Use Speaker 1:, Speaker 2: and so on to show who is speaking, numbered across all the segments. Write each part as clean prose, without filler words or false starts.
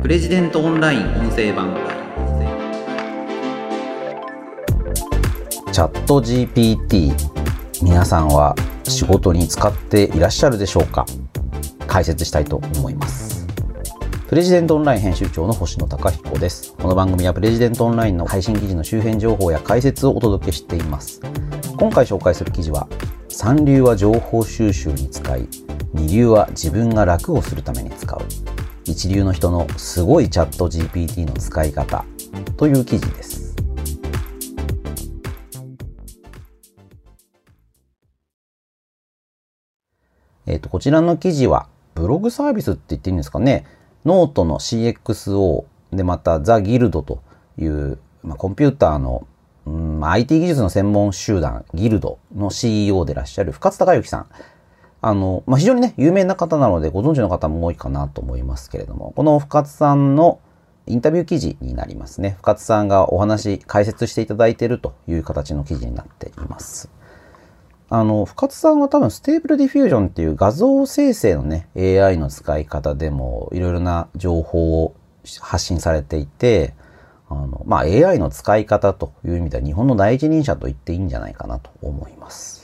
Speaker 1: プレジデントオンライン音声版。
Speaker 2: チャット GPT、 皆さんは仕事に使っていらっしゃるでしょうか。解説したいと思います。プレジデントオンライン編集長の星野貴彦です。この番組はプレジデントオンラインの配信記事の周辺情報や解説をお届けしています。今回紹介する記事は、三流は情報収集に使い、二流は自分が楽をするために使う、一流の人のすごいチャット GPT の使い方という記事です。こちらの記事はブログサービスって言っていいんですかね。ノートの CXO で、またザ・ギルドという、コンピューターの、IT 技術の専門集団ギルドの CEO でいらっしゃる深津貴之さん。非常にね、有名な方なのでご存知の方も多いかなと思いますけれども、この深津さんのインタビュー記事になりますね。深津さんがお話、解説していただいているという形の記事になっています。深津さんは多分ステーブルディフュージョンっていう画像生成のね、AI の使い方でもいろいろな情報を発信されていて、AI の使い方という意味では日本の第一人者と言っていいんじゃないかなと思います。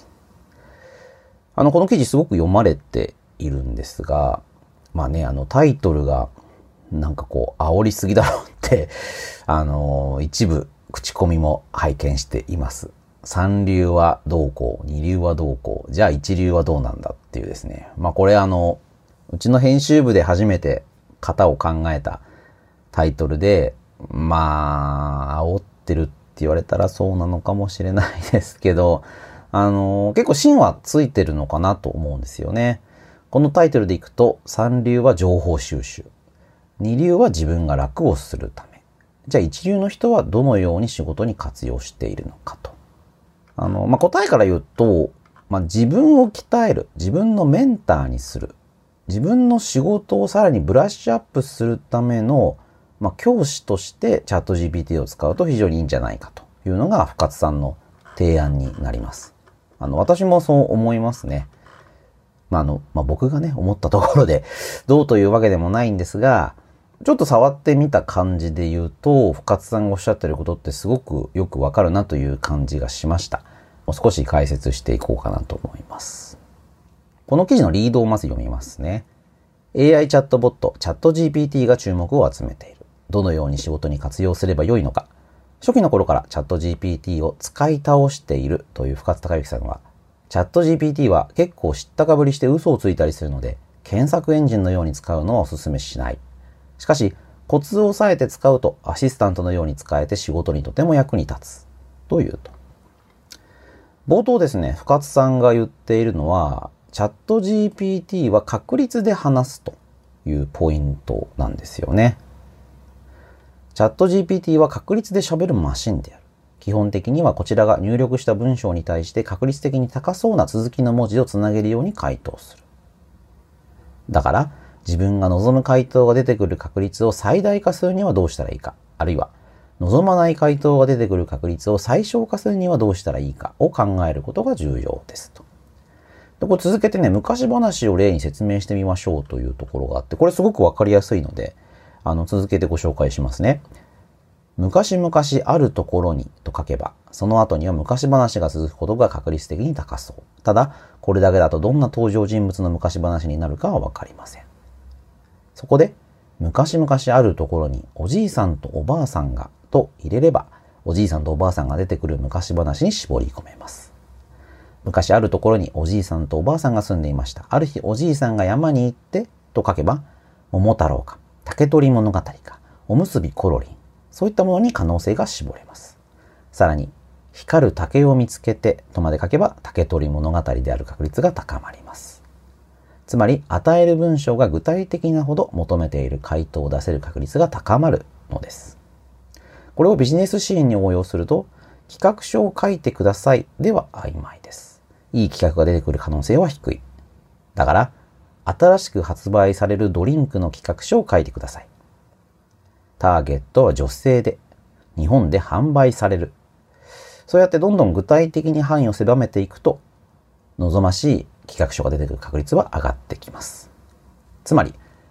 Speaker 2: この記事すごく読まれているんですが、タイトルが煽りすぎだろうって一部口コミも拝見しています。三流はどうこう、二流はどうこう、じゃあ一流はどうなんだっていうですね。これうちの編集部で初めて型を考えたタイトルで、煽ってるって言われたらそうなのかもしれないですけど、結構芯はついてるのかなと思うんですよね。このタイトルでいくと、三流は情報収集、二流は自分が楽をするため、じゃあ一流の人はどのように仕事に活用しているのかと。答えから言うと、自分を鍛える、自分のメンターにする、自分の仕事をさらにブラッシュアップするための、教師としてチャット GPT を使うと非常にいいんじゃないかというのが深津さんの提案になります。私もそう思いますね。僕がね、思ったところでどうというわけでもないんですが、ちょっと触ってみた感じで言うと、深津さんがおっしゃっていることってすごくよくわかるなという感じがしました。もう少し解説していこうかなと思います。この記事のリードをまず読みますね。AI チャットボット、チャット GPT が注目を集めている。どのように仕事に活用すればよいのか。初期の頃からチャット GPT を使い倒しているという深津貴之さんは、チャット GPT は結構知ったかぶりして嘘をついたりするので、検索エンジンのように使うのはお勧めしない。しかし、コツを押さえて使うとアシスタントのように使えて仕事にとても役に立つ。というと。冒頭ですね、深津さんが言っているのは、チャット GPT は確率で話すというポイントなんですよね。チャット GPT は確率で喋るマシンである。基本的にはこちらが入力した文章に対して確率的に高そうな続きの文字をつなげるように回答する。だから、自分が望む回答が出てくる確率を最大化するにはどうしたらいいか、あるいは望まない回答が出てくる確率を最小化するにはどうしたらいいかを考えることが重要ですと。で、これ続けてね、昔話を例に説明してみましょうというところがあって、これすごくわかりやすいので、続けてご紹介しますね。昔々あるところにと書けば、その後には昔話が続くことが確率的に高そう。ただ、これだけだとどんな登場人物の昔話になるかはわかりません。そこで、昔々あるところにおじいさんとおばあさんがと入れれば、おじいさんとおばあさんが出てくる昔話に絞り込めます。昔あるところにおじいさんとおばあさんが住んでいました。ある日おじいさんが山に行ってと書けば、桃太郎か、竹取物語か、おむすびコロリン、そういったものに可能性が絞れます。さらに、光る竹を見つけてとまで書けば、竹取物語である確率が高まります。つまり、与える文章が具体的なほど求めている回答を出せる確率が高まるのです。これをビジネスシーンに応用すると、企画書を書いてくださいでは曖昧です。いい企画が出てくる可能性は低い。だから、新しく発売されるドリンクの企画書を書いてください。ターゲットは女性で、日本で販売される。そうやってどんどん具体的に範囲を狭めていくと、望ましい企画書が出てくる確率は上がってきます。つまり、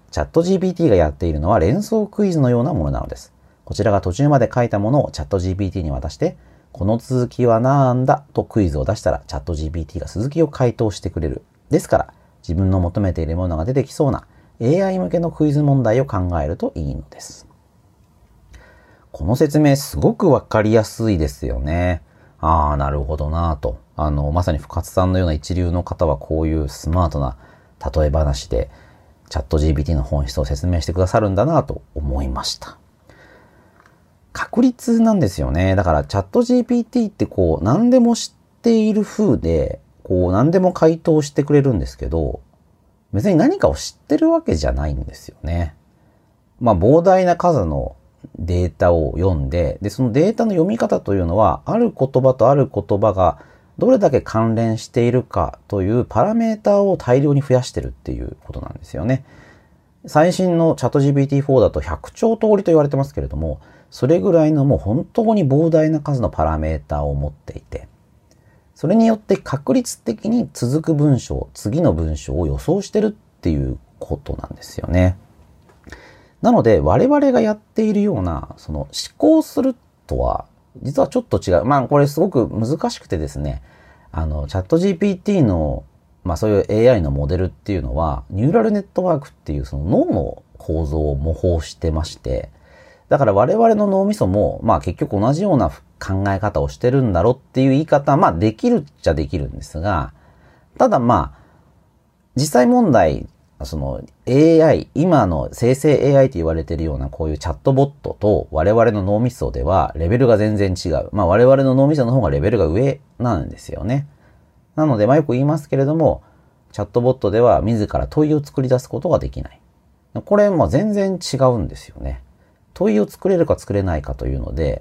Speaker 2: チャット GPT がやっているのは連想クイズのようなものなのです。こちらが途中まで書いたものをチャット GPT に渡して、この続きはなんだとクイズを出したらチャット GPT が続きを回答してくれる。ですから、自分の求めているものが出てきそうな AI 向けのクイズ問題を考えるといいのです。この説明すごくわかりやすいですよね。ああ、なるほどなぁと。まさに深津さんのような一流の方はこういうスマートな例え話でチャット GPT の本質を説明してくださるんだなと思いました。確率なんですよね。だからチャット GPT ってこう何でも知っている風でこう何でも回答してくれるんですけど、別に何かを知ってるわけじゃないんですよね。膨大な数のデータを読んで、そのデータの読み方というのは、ある言葉とある言葉がどれだけ関連しているかというパラメータを大量に増やしてるっていうことなんですよね。最新のチャット GPT-4 だと100兆通りと言われてますけれども、それぐらいのもう本当に膨大な数のパラメータを持っていて、それによって確率的に続く文章、次の文章を予想してるっていうことなんですよね。なので我々がやっているようなその思考するとは実はちょっと違う。これすごく難しくてですね、チャット GPT のそういう AI のモデルっていうのはニューラルネットワークっていうその脳の構造を模倣してまして、だから我々の脳みそも結局同じような考え方をしてるんだろうっていう言い方できるっちゃできるんですが、ただ実際問題その AI、今の生成 AI と言われているようなこういうチャットボットと我々の脳みそではレベルが全然違う。我々の脳みその方がレベルが上なんですよね。なのでよく言いますけれども、チャットボットでは自ら問いを作り出すことができない。これ全然違うんですよね。問いを作れるか作れないかというので、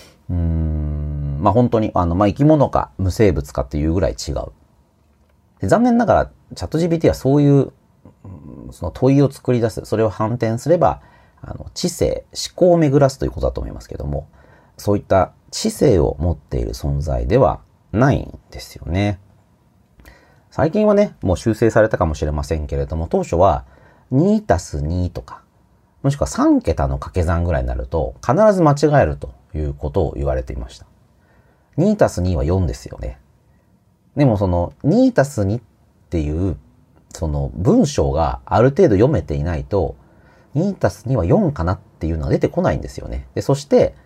Speaker 2: 本当に生き物か無生物かっていうぐらい違う。残念ながらチャット GPT はそういうその問いを作り出す、それを反転すれば知性、思考を巡らすということだと思いますけども、そういった知性を持っている存在ではないんですよね。最近はね、もう修正されたかもしれませんけれども、当初は 2+2 とか、もしくは3桁の掛け算ぐらいになると必ず間違えるということを言われていました。2+2 は4ですよね。でもその 2+2 っていうその文章がある程度読めていないと 2+2 は4かなっていうのは出てこないんですよね。で、そして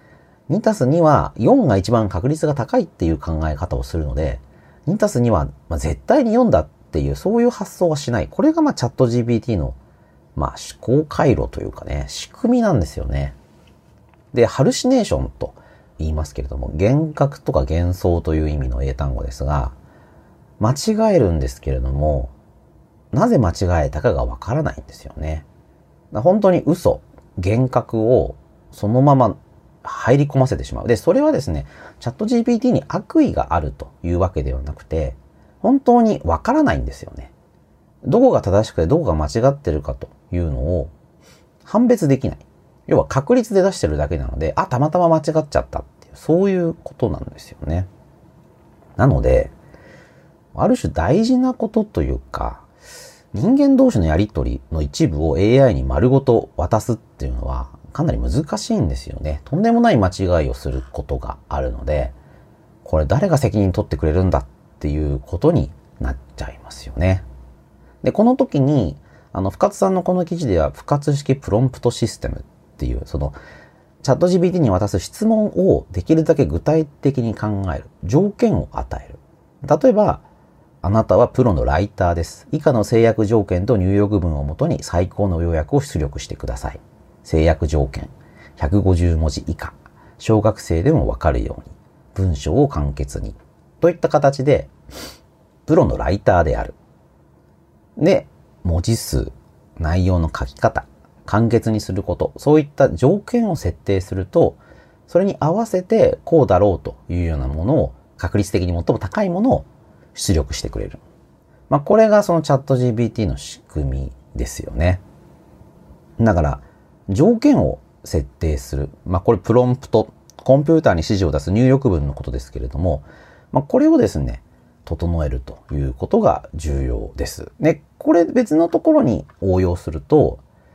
Speaker 2: 2+2 は4が一番確率が高いっていう考え方をするので、2+2 は絶対に4だっていうそういう発想はしない。これがチャット GPT の思考回路というかね、仕組みなんですよね。で、ハルシネーションと言いますけれども、幻覚とか幻想という意味の英単語ですが、間違えるんですけれども、なぜ間違えたかがわからないんですよね。本当に嘘、幻覚をそのまま入り込ませてしまう。で、それはですね、チャット GPT に悪意があるというわけではなくて、本当にわからないんですよね。どこが正しくてどこが間違ってるかというのを判別できない。要は確率で出してるだけなので、たまたま間違っちゃったっていう、そういうことなんですよね。なので、ある種大事なことというか、人間同士のやりとりの一部を AI に丸ごと渡すっていうのはかなり難しいんですよね。とんでもない間違いをすることがあるので、これ誰が責任取ってくれるんだっていうことになっちゃいますよね。で、この時に、深津さんのこの記事では、深津式プロンプトシステムっていう、その、チャット GPT に渡す質問をできるだけ具体的に考える。条件を与える。例えば、あなたはプロのライターです。以下の制約条件と入力文をもとに最高の要約を出力してください。制約条件。150文字以下。小学生でもわかるように。文章を簡潔に。といった形で、プロのライターである。で、文字数、内容の書き方、簡潔にすること、そういった条件を設定すると、それに合わせてこうだろうというようなものを、確率的に最も高いものを出力してくれる。これがそのチャット GPT の仕組みですよね。だから、条件を設定する。これプロンプト、コンピューターに指示を出す入力文のことですけれども、これをですね、整えるということが重要です。で、これ別のところに応用すると、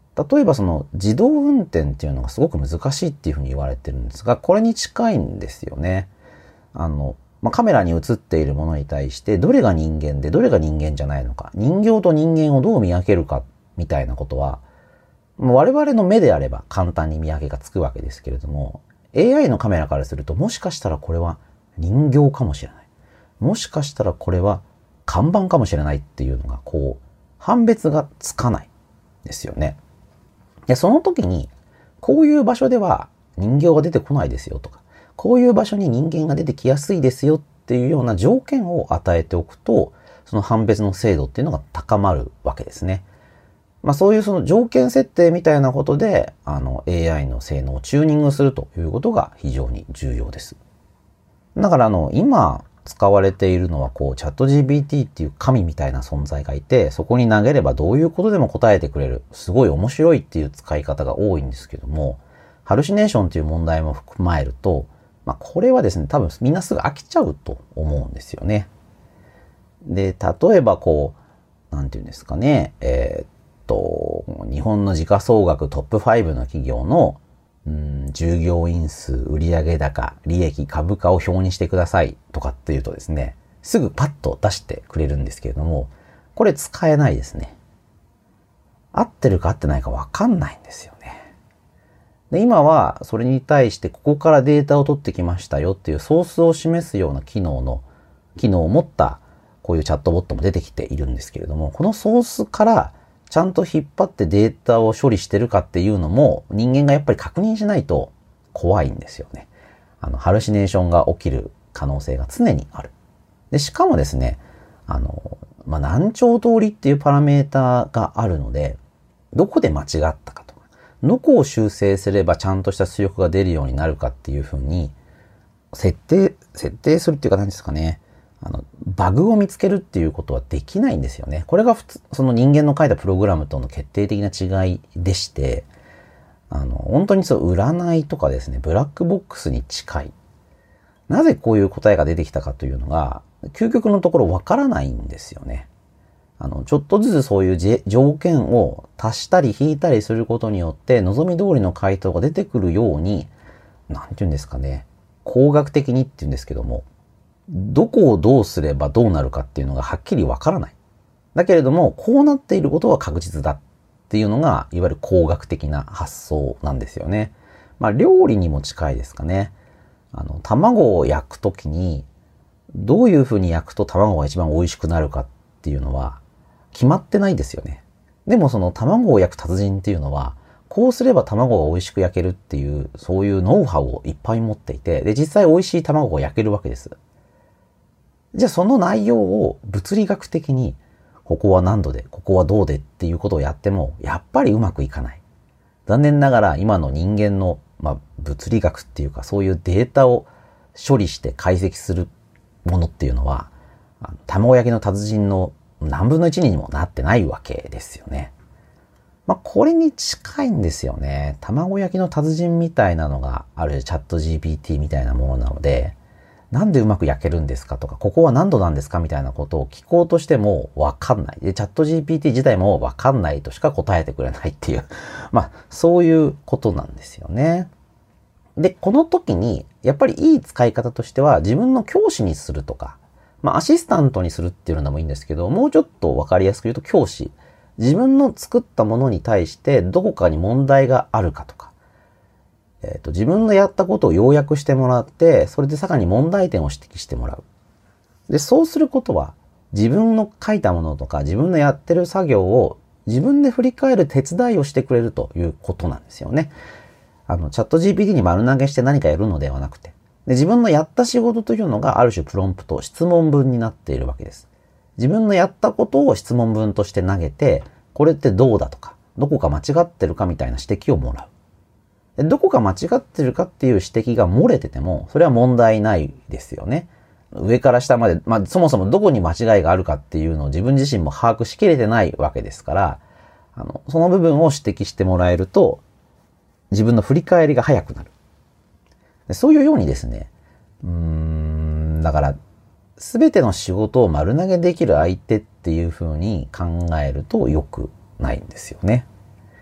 Speaker 2: 例えばその自動運転っていうのがすごく難しいっていうふうに言われてるんですが、これに近いんですよね。カメラに映っているものに対してどれが人間でどれが人間じゃないのか、人形と人間をどう見分けるかみたいなことは、我々の目であれば簡単に見分けがつくわけですけれども、AI のカメラからすると、もしかしたらこれは人形かもしれない。もしかしたらこれは看板かもしれないっていうのが、判別がつかないですよね。で、その時に、こういう場所では人形が出てこないですよとか、こういう場所に人間が出てきやすいですよっていうような条件を与えておくと、その判別の精度っていうのが高まるわけですね。そういうその条件設定みたいなことで、AI の性能をチューニングするということが非常に重要です。だから今使われているのはチャット GPT っていう神みたいな存在がいて、そこに投げればどういうことでも答えてくれる、すごい面白いっていう使い方が多いんですけども、ハルシネーションっていう問題も踏まえると、これはですね、多分みんなすぐ飽きちゃうと思うんですよね。で、例えばなんていうんですかね、日本の時価総額トップ5の企業の従業員数、売上高、利益、株価を表にしてくださいとかっていうとですね、すぐパッと出してくれるんですけれども、これ使えないですね。合ってるか合ってないかわかんないんですよね。で、今はそれに対してここからデータを取ってきましたよっていうソースを示すような機能を持ったこういうチャットボットも出てきているんですけれども、このソースからちゃんと引っ張ってデータを処理してるかっていうのも人間がやっぱり確認しないと怖いんですよね。ハルシネーションが起きる可能性が常にある。で、しかもですね、何兆通りっていうパラメータがあるので、どこで間違ったかとか、どこを修正すればちゃんとした出力が出るようになるかっていうふうに設定するっていうか何ですかね。バグを見つけるっていうことはできないんですよね。これがその人間の書いたプログラムとの決定的な違いでして、本当に占いとかですね、ブラックボックスに近い。なぜこういう答えが出てきたかというのが、究極のところわからないんですよね。ちょっとずつそういう条件を足したり引いたりすることによって、望み通りの回答が出てくるように、なんていうんですかね、工学的にっていうんですけども、どこをどうすればどうなるかっていうのがはっきりわからない。だけれども、こうなっていることは確実だっていうのが、いわゆる工学的な発想なんですよね。料理にも近いですかね。卵を焼くときに、どういうふうに焼くと卵が一番美味しくなるかっていうのは、決まってないですよね。でもその卵を焼く達人っていうのは、こうすれば卵が美味しく焼けるっていう、そういうノウハウをいっぱい持っていて、で、実際美味しい卵が焼けるわけです。じゃあその内容を物理学的に、ここは何度で、ここはどうでっていうことをやっても、やっぱりうまくいかない。残念ながら今の人間の、物理学っていうか、そういうデータを処理して解析するものっていうのは、卵焼きの達人の何分の1にもなってないわけですよね。これに近いんですよね。卵焼きの達人みたいなのがあるチャット GPT みたいなものなので、なんでうまく焼けるんですかとか、ここは何度なんですかみたいなことを聞こうとしてもわかんない。で、チャット GPT 自体もわかんないとしか答えてくれないっていう。そういうことなんですよね。で、この時に、やっぱりいい使い方としては、自分の教師にするとか、アシスタントにするっていうのもいいんですけど、もうちょっとわかりやすく言うと教師。自分の作ったものに対してどこかに問題があるかとか、自分のやったことを要約してもらって、それでさらに問題点を指摘してもらう。で、そうすることは、自分の書いたものとか、自分のやってる作業を自分で振り返る手伝いをしてくれるということなんですよね。チャット GPT に丸投げして何かやるのではなくて、で、自分のやった仕事というのがある種プロンプト、質問文になっているわけです。自分のやったことを質問文として投げて、これってどうだとか、どこか間違ってるかみたいな指摘をもらう。どこか間違ってるかっていう指摘が漏れてても、それは問題ないですよね。上から下まで、そもそもどこに間違いがあるかっていうのを自分自身も把握しきれてないわけですから、その部分を指摘してもらえると、自分の振り返りが早くなる。そういうようにですね、だから、すべての仕事を丸投げできる相手っていう風に考えると良くないんですよね。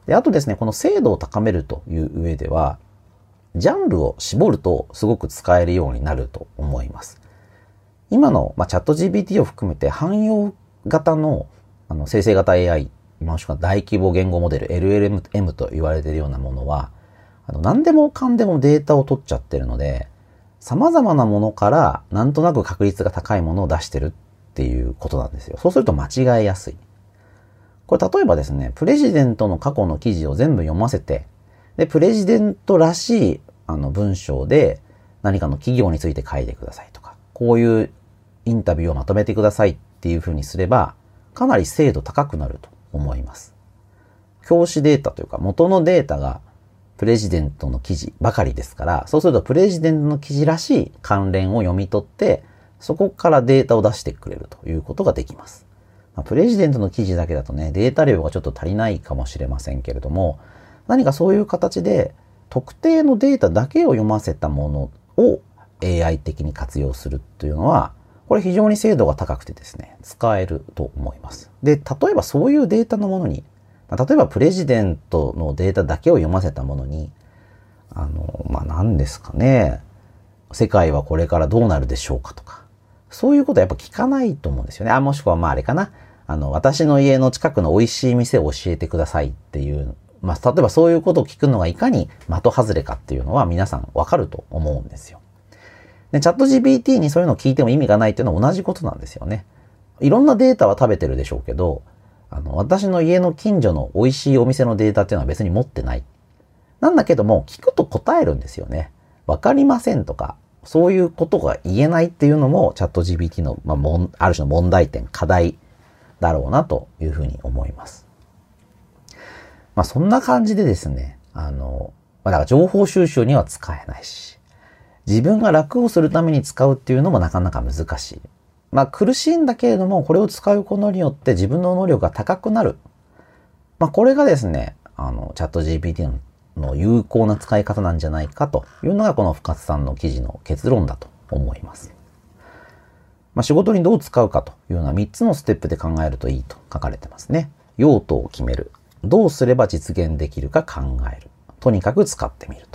Speaker 2: で、あとですね、この精度を高めるという上では、ジャンルを絞るとすごく使えるようになると思います。今の、チャット GPT を含めて汎用型の、生成型 AI、もしくは大規模言語モデル LLM と言われているようなものは、何でもかんでもデータを取っちゃってるので、様々なものからなんとなく確率が高いものを出してるっていうことなんですよ。そうすると間違えやすい。これ例えばですね、プレジデントの過去の記事を全部読ませて、で、プレジデントらしい文章で何かの企業について書いてくださいとか、こういうインタビューをまとめてくださいっていう風にすれば、かなり精度高くなると思います。教師データというか元のデータがプレジデントの記事ばかりですから、そうするとプレジデントの記事らしい関連を読み取って、そこからデータを出してくれるということができます。プレジデントの記事だけだとね、データ量がちょっと足りないかもしれませんけれども、何かそういう形で特定のデータだけを読ませたものを AI 的に活用するというのは、これ非常に精度が高くてですね、使えると思います。で、例えばそういうデータのものに、例えばプレジデントのデータだけを読ませたものに、何ですかね、世界はこれからどうなるでしょうかとか、そういうことはやっぱ聞かないと思うんですよね。もしくはあれかな、私の家の近くの美味しい店を教えてくださいっていう、例えばそういうことを聞くのがいかに的外れかっていうのは皆さんわかると思うんですよ。で、チャット GPT にそういうのを聞いても意味がないっていうのは同じことなんですよね。いろんなデータは食べてるでしょうけど、私の家の近所の美味しいお店のデータっていうのは別に持ってない。なんだけども、聞くと答えるんですよね。わかりませんとか、そういうことが言えないっていうのも、チャット GPT の、ある種の問題点、課題だろうなというふうに思います。そんな感じでですね、だから情報収集には使えないし、自分が楽をするために使うっていうのもなかなか難しい。苦しいんだけれども、これを使うことによって自分の能力が高くなる。これがですね、チャット GPT の有効な使い方なんじゃないかというのがこの深津さんの記事の結論だと思います。仕事にどう使うかというのは3つのステップで考えるといいと書かれてますね。用途を決める。どうすれば実現できるか考える。とにかく使ってみると。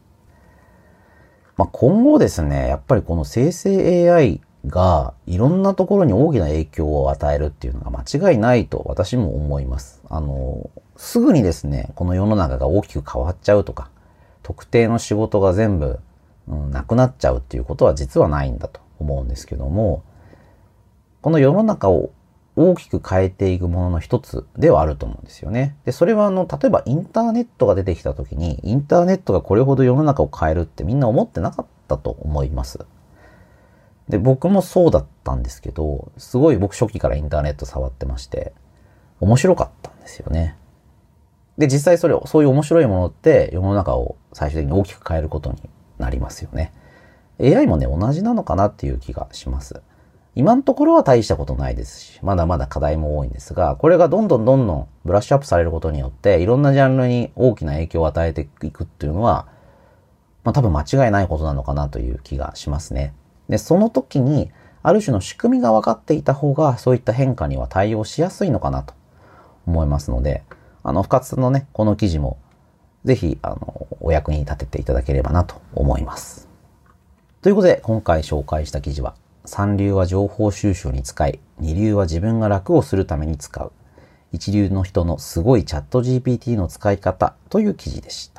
Speaker 2: 今後ですね、やっぱりこの生成 AI がいろんなところに大きな影響を与えるっていうのが間違いないと私も思います。すぐにですね、この世の中が大きく変わっちゃうとか、特定の仕事が全部、なくなっちゃうっていうことは実はないんだと思うんですけども、この世の中を大きく変えていくものの一つではあると思うんですよね。で、それは例えばインターネットが出てきた時に、インターネットがこれほど世の中を変えるってみんな思ってなかったと思います。で、僕もそうだったんですけど、すごい僕初期からインターネット触ってまして、面白かったんですよね。で、実際そういう面白いものって世の中を最終的に大きく変えることになりますよね。AI もね、同じなのかなっていう気がします。今のところは大したことないですし、まだまだ課題も多いんですが、これがどんどんブラッシュアップされることによって、いろんなジャンルに大きな影響を与えていくっていうのは、多分間違いないことなのかなという気がしますね。で、その時に、ある種の仕組みが分かっていた方が、そういった変化には対応しやすいのかなと思いますので、深津さんのね、この記事も、ぜひ、お役に立てていただければなと思います。ということで、今回紹介した記事は、三流は情報収集に使い、二流は自分が楽をするために使う。一流の人のすごいチャット GPT の使い方という記事でした。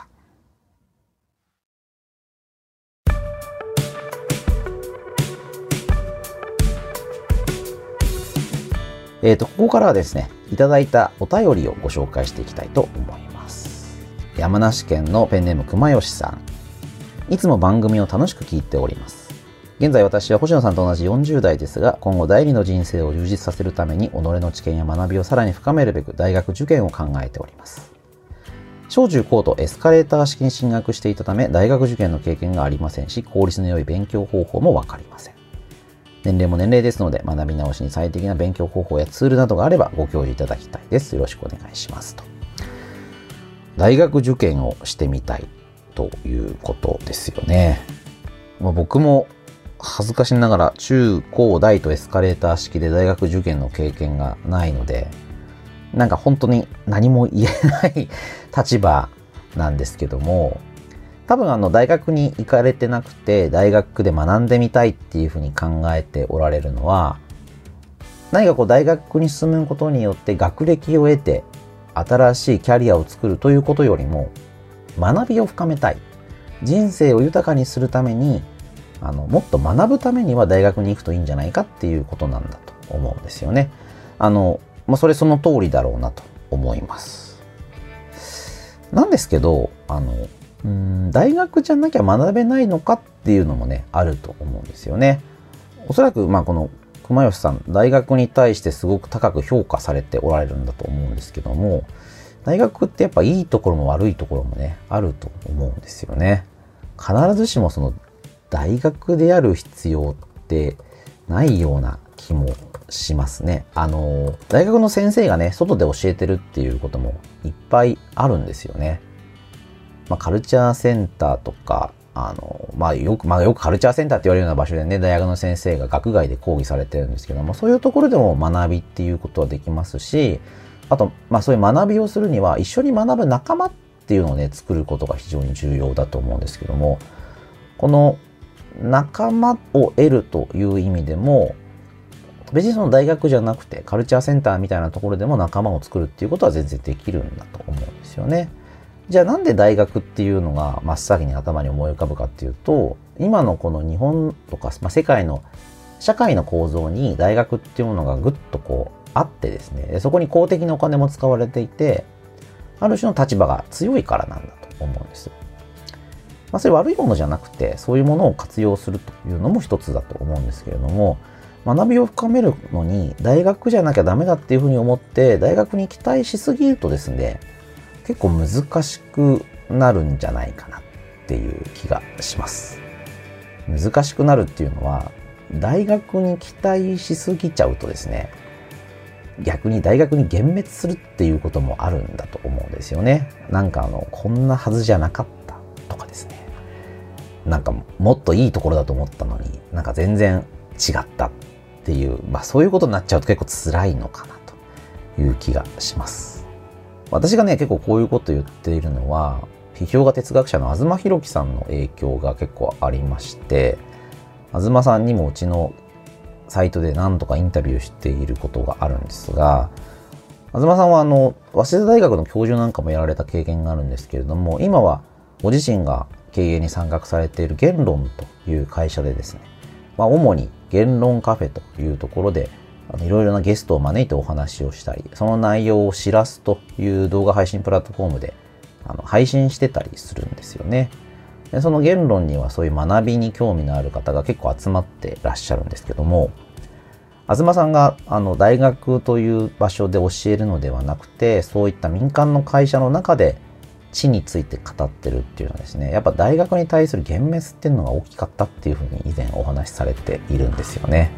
Speaker 2: ここからはですね、いただいたお便りをご紹介していきたいと思います。山梨県のペンネーム熊吉さん。いつも番組を楽しく聞いております。現在私は星野さんと同じ40代ですが、今後第二の人生を充実させるために己の知見や学びをさらに深めるべく大学受験を考えております。小中高とエスカレーター式に進学していたため、大学受験の経験がありませんし、効率の良い勉強方法もわかりません。年齢も年齢ですので、学び直しに最適な勉強方法やツールなどがあればご教示いただきたいです。よろしくお願いしますと。大学受験をしてみたいということですよね。僕も恥ずかしながら中高大とエスカレーター式で大学受験の経験がないので、 なんか本当に何も言えない立場なんですけども、多分大学に行かれてなくて、大学で学んでみたいっていうふうに考えておられるのは、何かこう大学に進むことによって学歴を得て、新しいキャリアを作るということよりも、学びを深めたい。人生を豊かにするために、もっと学ぶためには大学に行くといいんじゃないかっていうことなんだと思うんですよね。それその通りだろうなと思います。なんですけど、大学じゃなきゃ学べないのかっていうのもね、あると思うんですよね。おそらく、この熊吉さん、大学に対してすごく高く評価されておられるんだと思うんですけども、大学ってやっぱいいところも悪いところもね、あると思うんですよね。必ずしもその大学でやる必要ってないような気もしますね。大学の先生がね、外で教えてるっていうこともいっぱいあるんですよね。カルチャーセンターとか、よくカルチャーセンターって言われるような場所でね、大学の先生が学外で講義されてるんですけども、そういうところでも学びっていうことはできますし、あと、そういう学びをするには、一緒に学ぶ仲間っていうのをね、作ることが非常に重要だと思うんですけども、この仲間を得るという意味でも、別にその大学じゃなくて、カルチャーセンターみたいなところでも仲間を作るっていうことは全然できるんだと思うんですよね。じゃあなんで大学っていうのが真っ先に頭に思い浮かぶかっていうと、今のこの日本とか、世界の社会の構造に大学っていうものがぐっとこうあってですね、そこに公的なお金も使われていて、ある種の立場が強いからなんだと思うんです。それ悪いものじゃなくて、そういうものを活用するというのも一つだと思うんですけれども、学びを深めるのに大学じゃなきゃダメだっていうふうに思って大学に期待しすぎるとですね、結構難しくなるんじゃないかなっていう気がします。難しくなるっていうのは、大学に期待しすぎちゃうとですね、逆に大学に幻滅するっていうこともあるんだと思うんですよね。こんなはずじゃなかったとかですね。もっといいところだと思ったのに、全然違ったっていう、そういうことになっちゃうと結構辛いのかなという気がします。私がね、結構こういうこと言っているのは、批評家哲学者の東博樹さんの影響が結構ありまして、東さんにもうちのサイトで何度かインタビューしていることがあるんですが、東さんは早稲田大学の教授なんかもやられた経験があるんですけれども、今はご自身が経営に参画されている言論という会社でですね、主に言論カフェというところでいろいろなゲストを招いてお話をしたり、その内容を知らすという動画配信プラットフォームで配信してたりするんですよね。でその言論にはそういう学びに興味のある方が結構集まってらっしゃるんですけども、東さんが大学という場所で教えるのではなくて、そういった民間の会社の中で知について語ってるっていうのはですね、やっぱ大学に対する幻滅っていうのが大きかったっていうふうに以前お話しされているんですよね。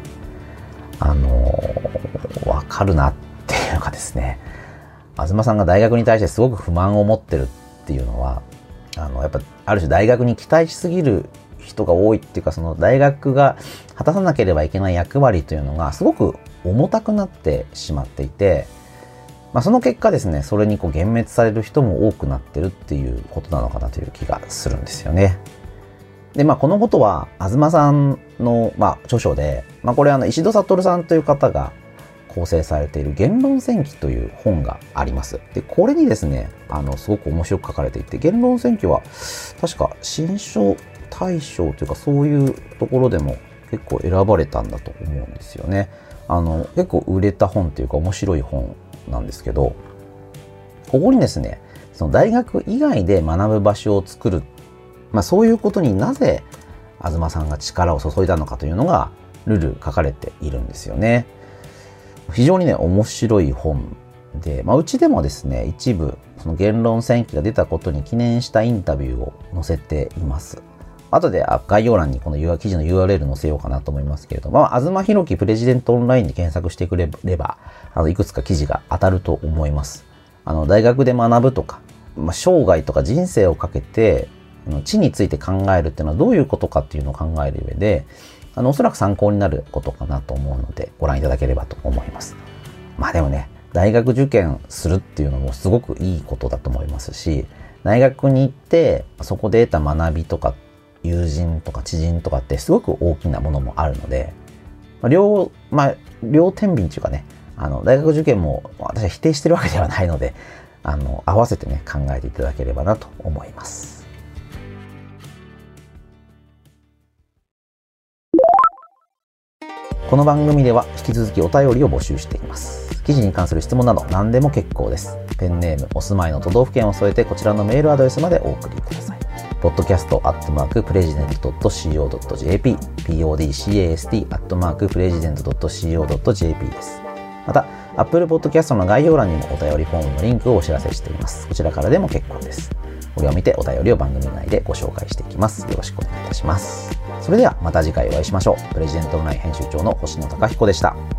Speaker 2: わかるなっていうのがですね、東さんが大学に対してすごく不満を持ってるっていうのは、やっぱある種大学に期待しすぎる人が多いっていうか、その大学が果たさなければいけない役割というのがすごく重たくなってしまっていて、その結果ですね、それに幻滅される人も多くなってるっていうことなのかなという気がするんですよね。で、このことは東さんの、著書で、これ石戸悟さんという方が構成されている言論戦記という本があります。で、これにですね、すごく面白く書かれていて、言論戦記は確か新書大賞というかそういうところでも結構選ばれたんだと思うんですよね。結構売れた本というか面白い本なんですけど、ここにですね、その大学以外で学ぶ場所を作る、そういうことになぜ東さんが力を注いだのかというのがルル書かれているんですよね。非常にね、面白い本で、うちでもですね、一部その言論戦記が出たことに記念したインタビューを載せています。後で概要欄にこの記事の URL 載せようかなと思いますけれども、東博樹プレジデントオンラインで検索してくれれば、いくつか記事が当たると思います。大学で学ぶとか、生涯とか人生をかけて、知について考えるっていうのはどういうことかっていうのを考える上で、おそらく参考になることかなと思うので、ご覧いただければと思います。でもね、 大学受験するっていうのもすごくいいことだと思いますし、大学に行ってそこで得た学びとか友人とか知人とかってすごく大きなものもあるので、両天秤っていうかね、大学受験も私は否定してるわけではないので、合わせてね考えていただければなと思います。この番組では引き続きお便りを募集しています。記事に関する質問など何でも結構です。ペンネーム、お住まいの都道府県を添えてこちらのメールアドレスまでお送りください。podcast@president.co.jp podcast@president.co.jp です。また Apple Podcast の概要欄にもお便りフォームのリンクをお知らせしています。こちらからでも結構です。これを見てお便りを番組内でご紹介していきます。よろしくお願いいたします。それではまた次回お会いしましょう。プレジデントオンライン編集長の星野貴彦でした。